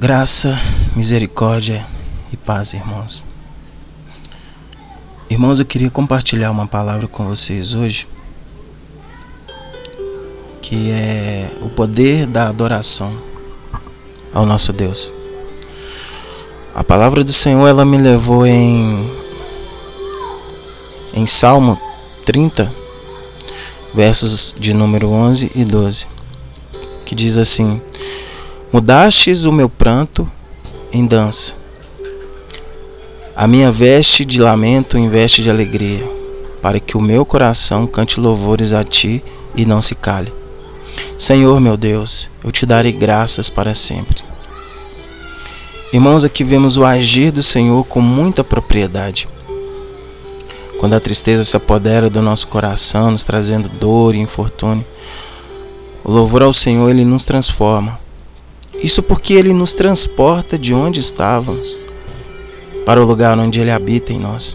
Graça, misericórdia e paz, irmãos. Irmãos, eu queria compartilhar uma palavra com vocês hoje, que é o poder da adoração ao nosso Deus. A palavra do Senhor, ela me levou em Salmo 30, versos de número 11 e 12, que diz assim: Mudastes o meu pranto em dança, a minha veste de lamento em veste de alegria, para que o meu coração cante louvores a ti e não se cale. Senhor meu Deus, eu te darei graças para sempre. Irmãos, aqui vemos o agir do Senhor com muita propriedade. Quando a tristeza se apodera do nosso coração, nos trazendo dor e infortúnio, o louvor ao Senhor, ele nos transforma. Isso porque ele nos transporta de onde estávamos para o lugar onde ele habita em nós.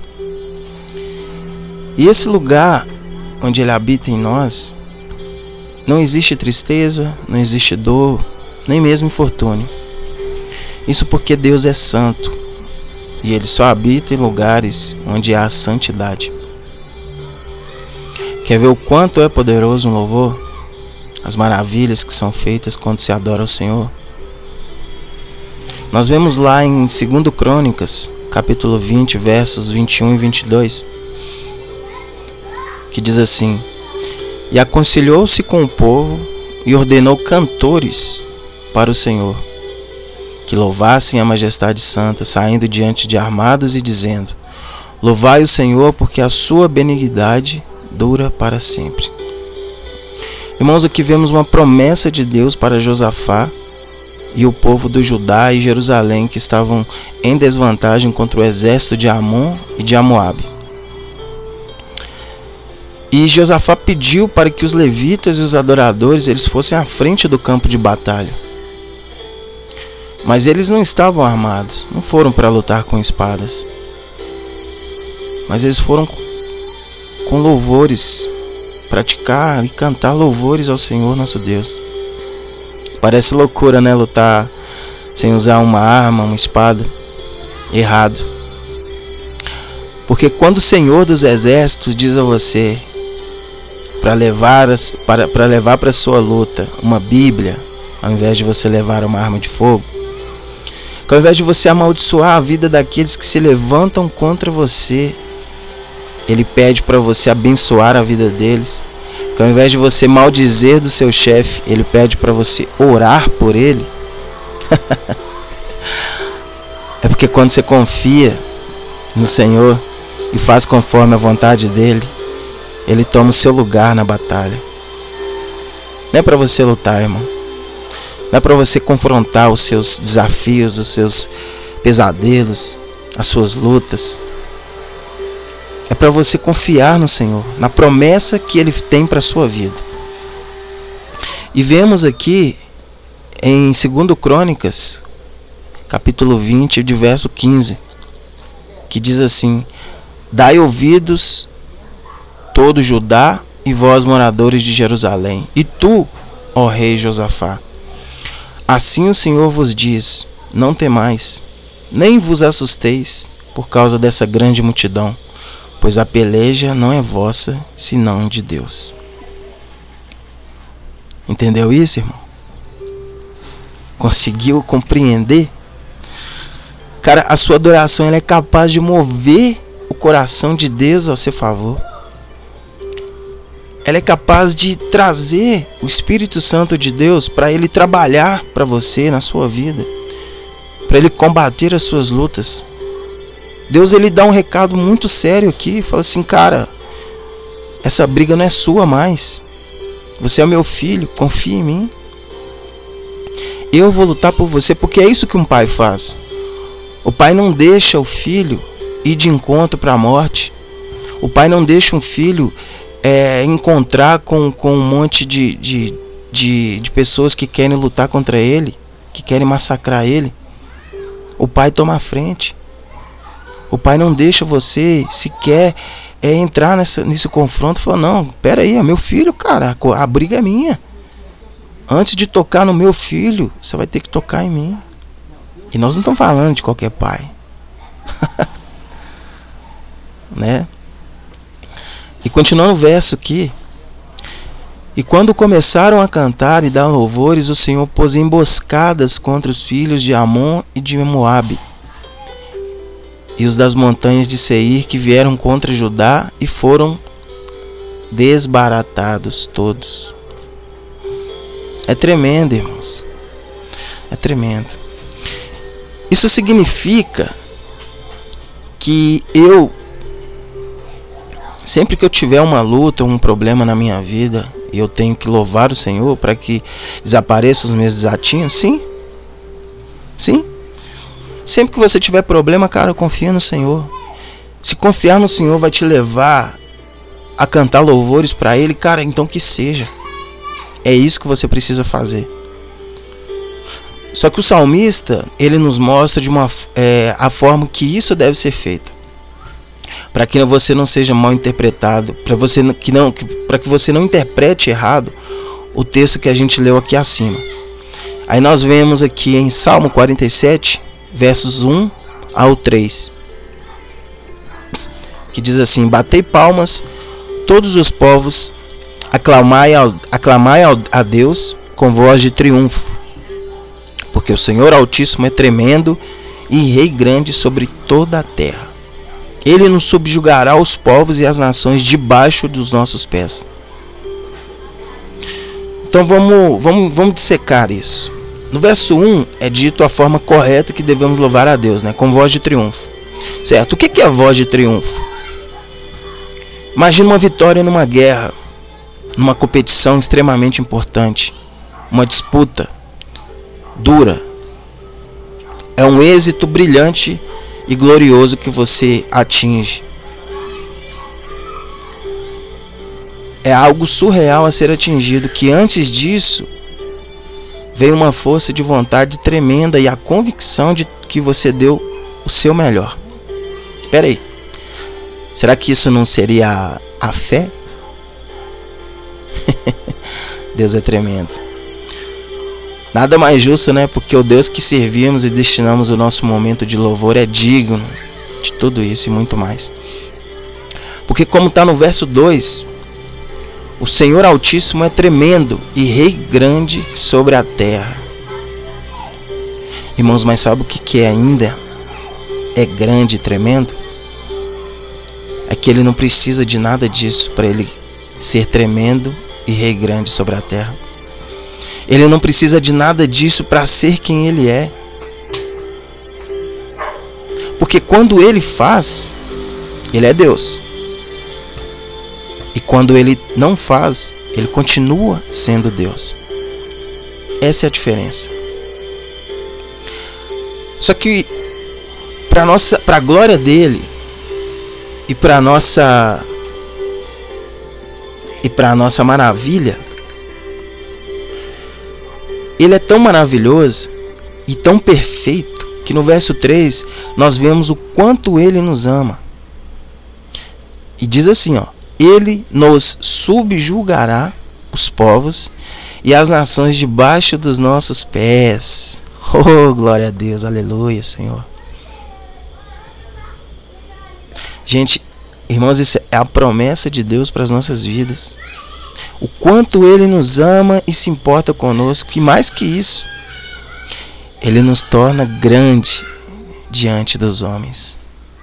E esse lugar onde ele habita em nós, não existe tristeza, não existe dor, nem mesmo infortúnio. Isso porque Deus é santo e ele só habita em lugares onde há santidade. Quer ver o quanto é poderoso um louvor? As maravilhas que são feitas quando se adora ao Senhor. Nós vemos lá em 2 Crônicas, capítulo 20, versos 21 e 22, que diz assim: E aconselhou-se com o povo e ordenou cantores para o Senhor, que louvassem a majestade santa, saindo diante de armados e dizendo: Louvai o Senhor, porque a sua benignidade dura para sempre. Irmãos, aqui vemos uma promessa de Deus para Josafá e o povo do Judá e Jerusalém, que estavam em desvantagem contra o exército de Amon e de Moabe. E Josafá pediu para que os levitas e os adoradores eles fossem à frente do campo de batalha. Mas eles não estavam armados, não foram para lutar com espadas. Mas eles foram com louvores, praticar e cantar louvores ao Senhor nosso Deus. Parece loucura, né? Lutar sem usar uma arma, uma espada. Errado. Porque quando o Senhor dos Exércitos diz a você para levar para a sua luta uma Bíblia, ao invés de você levar uma arma de fogo, que ao invés de você amaldiçoar a vida daqueles que se levantam contra você, ele pede para você abençoar a vida deles. Que ao invés de você maldizer do seu chefe, ele pede para você orar por ele. É porque quando você confia no Senhor e faz conforme a vontade dele, ele toma o seu lugar na batalha. Não é para você lutar, irmão. Não é para você confrontar os seus desafios, os seus pesadelos, as suas lutas. É para você confiar no Senhor, na promessa que Ele tem para a sua vida. E vemos aqui em 2 Crônicas, capítulo 20, de verso 15, que diz assim: Dai ouvidos, todo Judá, e vós, moradores de Jerusalém, e tu, ó rei Josafá. Assim o Senhor vos diz: Não temais, nem vos assusteis por causa dessa grande multidão, pois a peleja não é vossa, senão de Deus. Entendeu isso, irmão? Conseguiu compreender? Cara, a sua adoração ela é capaz de mover o coração de Deus ao seu favor. Ela é capaz de trazer o Espírito Santo de Deus para ele trabalhar para você na sua vida, para ele combater as suas lutas. Deus ele dá um recado muito sério aqui, fala assim: cara, essa briga não é sua mais. Você é meu filho, confia em mim. Eu vou lutar por você, porque é isso que um pai faz. O pai não deixa o filho ir de encontro para a morte. O pai não deixa um filho encontrar com um monte de pessoas que querem lutar contra ele, que querem massacrar ele. O pai toma a frente. O pai não deixa você sequer entrar nesse confronto. Fala: não, pera aí, é meu filho, cara, a briga é minha. Antes de tocar no meu filho, você vai ter que tocar em mim. E nós não estamos falando de qualquer pai. Né? E continuando o verso aqui. E quando começaram a cantar e dar louvores, o Senhor pôs emboscadas contra os filhos de Amon e de Moabe, e os das montanhas de Seir, que vieram contra Judá, e foram desbaratados todos. É tremendo, irmãos. É tremendo. Isso significa que sempre que eu tiver uma luta, um problema na minha vida, eu tenho que louvar o Senhor para que desapareçam os meus desatinhos? Sim. Sim. Sempre que você tiver problema, cara, confia no Senhor. Se confiar no Senhor vai te levar a cantar louvores para Ele, cara, então que seja. É isso que você precisa fazer. Só que o salmista, ele nos mostra a forma que isso deve ser feito, para que você não seja mal interpretado, para que você não interprete errado o texto que a gente leu aqui acima. Aí nós vemos aqui em Salmo 47, versos 1 ao 3, que diz assim: batei palmas todos os povos, aclamai a Deus com voz de triunfo, porque o Senhor Altíssimo é tremendo e Rei grande sobre toda a terra. Ele nos subjugará os povos e as nações debaixo dos nossos pés. Então vamos dissecar isso. No verso 1 é dito a forma correta que devemos louvar a Deus, né? Com voz de triunfo. Certo? O que é a voz de triunfo? Imagina uma vitória numa guerra, numa competição extremamente importante, uma disputa dura. É um êxito brilhante e glorioso que você atinge. É algo surreal a ser atingido, que antes disso veio uma força de vontade tremenda e a convicção de que você deu o seu melhor. Espera aí. Será que isso não seria a fé? Deus é tremendo. Nada mais justo, né? Porque o Deus que servimos e destinamos o nosso momento de louvor é digno de tudo isso e muito mais. Porque como está no verso 2, o Senhor Altíssimo é tremendo e Rei grande sobre a terra. Irmãos, mas sabe o que ainda é grande e tremendo? É que Ele não precisa de nada disso para Ele ser tremendo e Rei grande sobre a terra. Ele não precisa de nada disso para ser quem Ele é. Porque quando Ele faz, Ele é Deus. E quando Ele não faz, Ele continua sendo Deus. Essa é a diferença. Só que para a glória dele e para a nossa maravilha, Ele é tão maravilhoso e tão perfeito que no verso 3 nós vemos o quanto Ele nos ama. E diz assim, ó: Ele nos subjugará os povos e as nações debaixo dos nossos pés. Oh, glória a Deus, aleluia, Senhor. Gente, irmãos, isso é a promessa de Deus para as nossas vidas. O quanto Ele nos ama e se importa conosco, e mais que isso, Ele nos torna grande diante dos homens.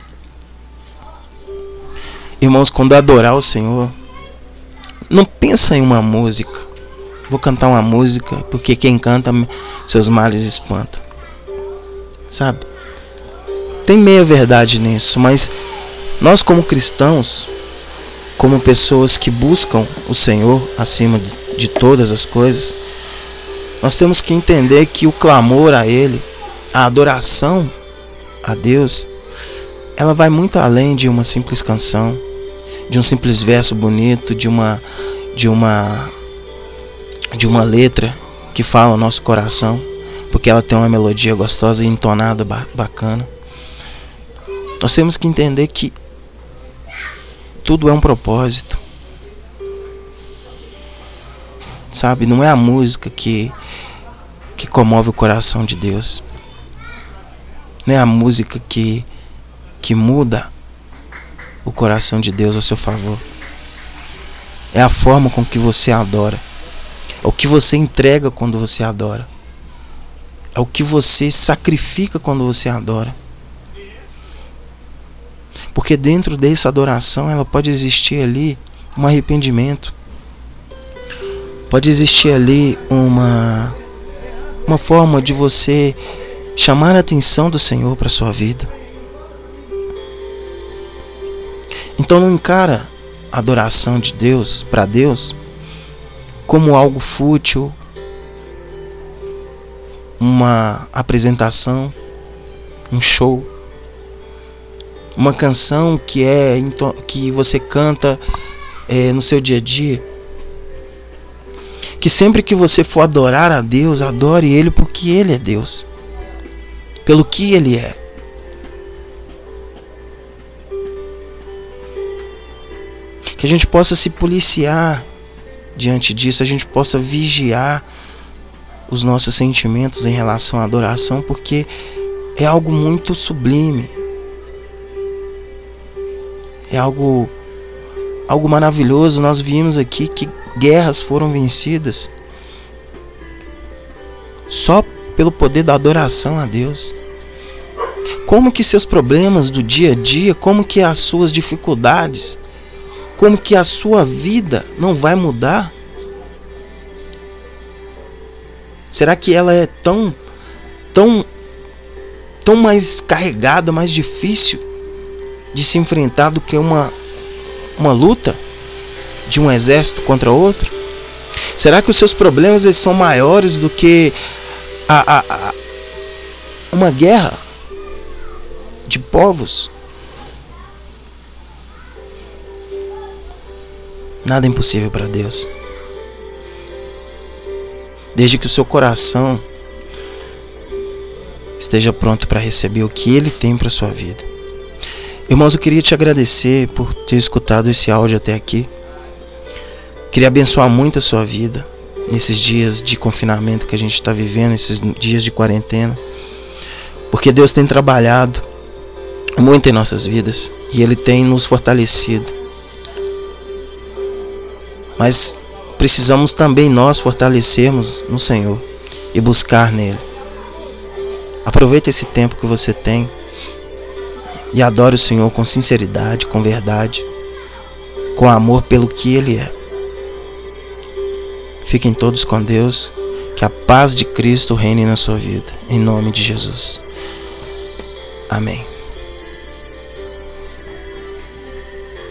Irmãos, quando adorar o Senhor, não pensa em uma música. Vou cantar uma música porque quem canta seus males espanta. Sabe? Tem meia verdade nisso, mas nós como cristãos, como pessoas que buscam o Senhor acima de todas as coisas, nós temos que entender que o clamor a Ele, a adoração a Deus, ela vai muito além de uma simples canção, de um simples verso bonito, de uma letra que fala o nosso coração, porque ela tem uma melodia gostosa e entonada bacana. Nós temos que entender que tudo é um propósito. Sabe, não é a música que comove o coração de Deus. Não é a música que muda o coração de Deus ao seu favor. É a forma com que você adora. É o que você entrega quando você adora. É o que você sacrifica quando você adora. Porque dentro dessa adoração, ela pode existir ali um arrependimento. Pode existir ali uma forma de você chamar a atenção do Senhor para a sua vida. Então não encara a adoração de Deus, para Deus, como algo fútil, uma apresentação, um show, uma canção que você canta no seu dia a dia. Que sempre que você for adorar a Deus, adore Ele porque Ele é Deus, pelo que Ele é. Que a gente possa se policiar diante disso, a gente possa vigiar os nossos sentimentos em relação à adoração, porque é algo muito sublime, é algo maravilhoso. Nós vimos aqui que guerras foram vencidas só pelo poder da adoração a Deus. Como que seus problemas do dia a dia, como que as suas dificuldades, como que a sua vida não vai mudar? Será que ela é tão mais carregada, mais difícil de se enfrentar do que uma luta de um exército contra outro? Será que os seus problemas eles são maiores do que uma guerra de povos? Nada é impossível para Deus, desde que o seu coração esteja pronto para receber o que Ele tem para sua vida. Irmãos, eu queria te agradecer por ter escutado esse áudio até aqui. Queria abençoar muito a sua vida nesses dias de confinamento que a gente está vivendo, esses dias de quarentena, porque Deus tem trabalhado muito em nossas vidas e Ele tem nos fortalecido. Mas precisamos também nós fortalecermos no Senhor e buscar nele. Aproveite esse tempo que você tem e adore o Senhor com sinceridade, com verdade, com amor pelo que Ele é. Fiquem todos com Deus, que a paz de Cristo reine na sua vida, em nome de Jesus. Amém.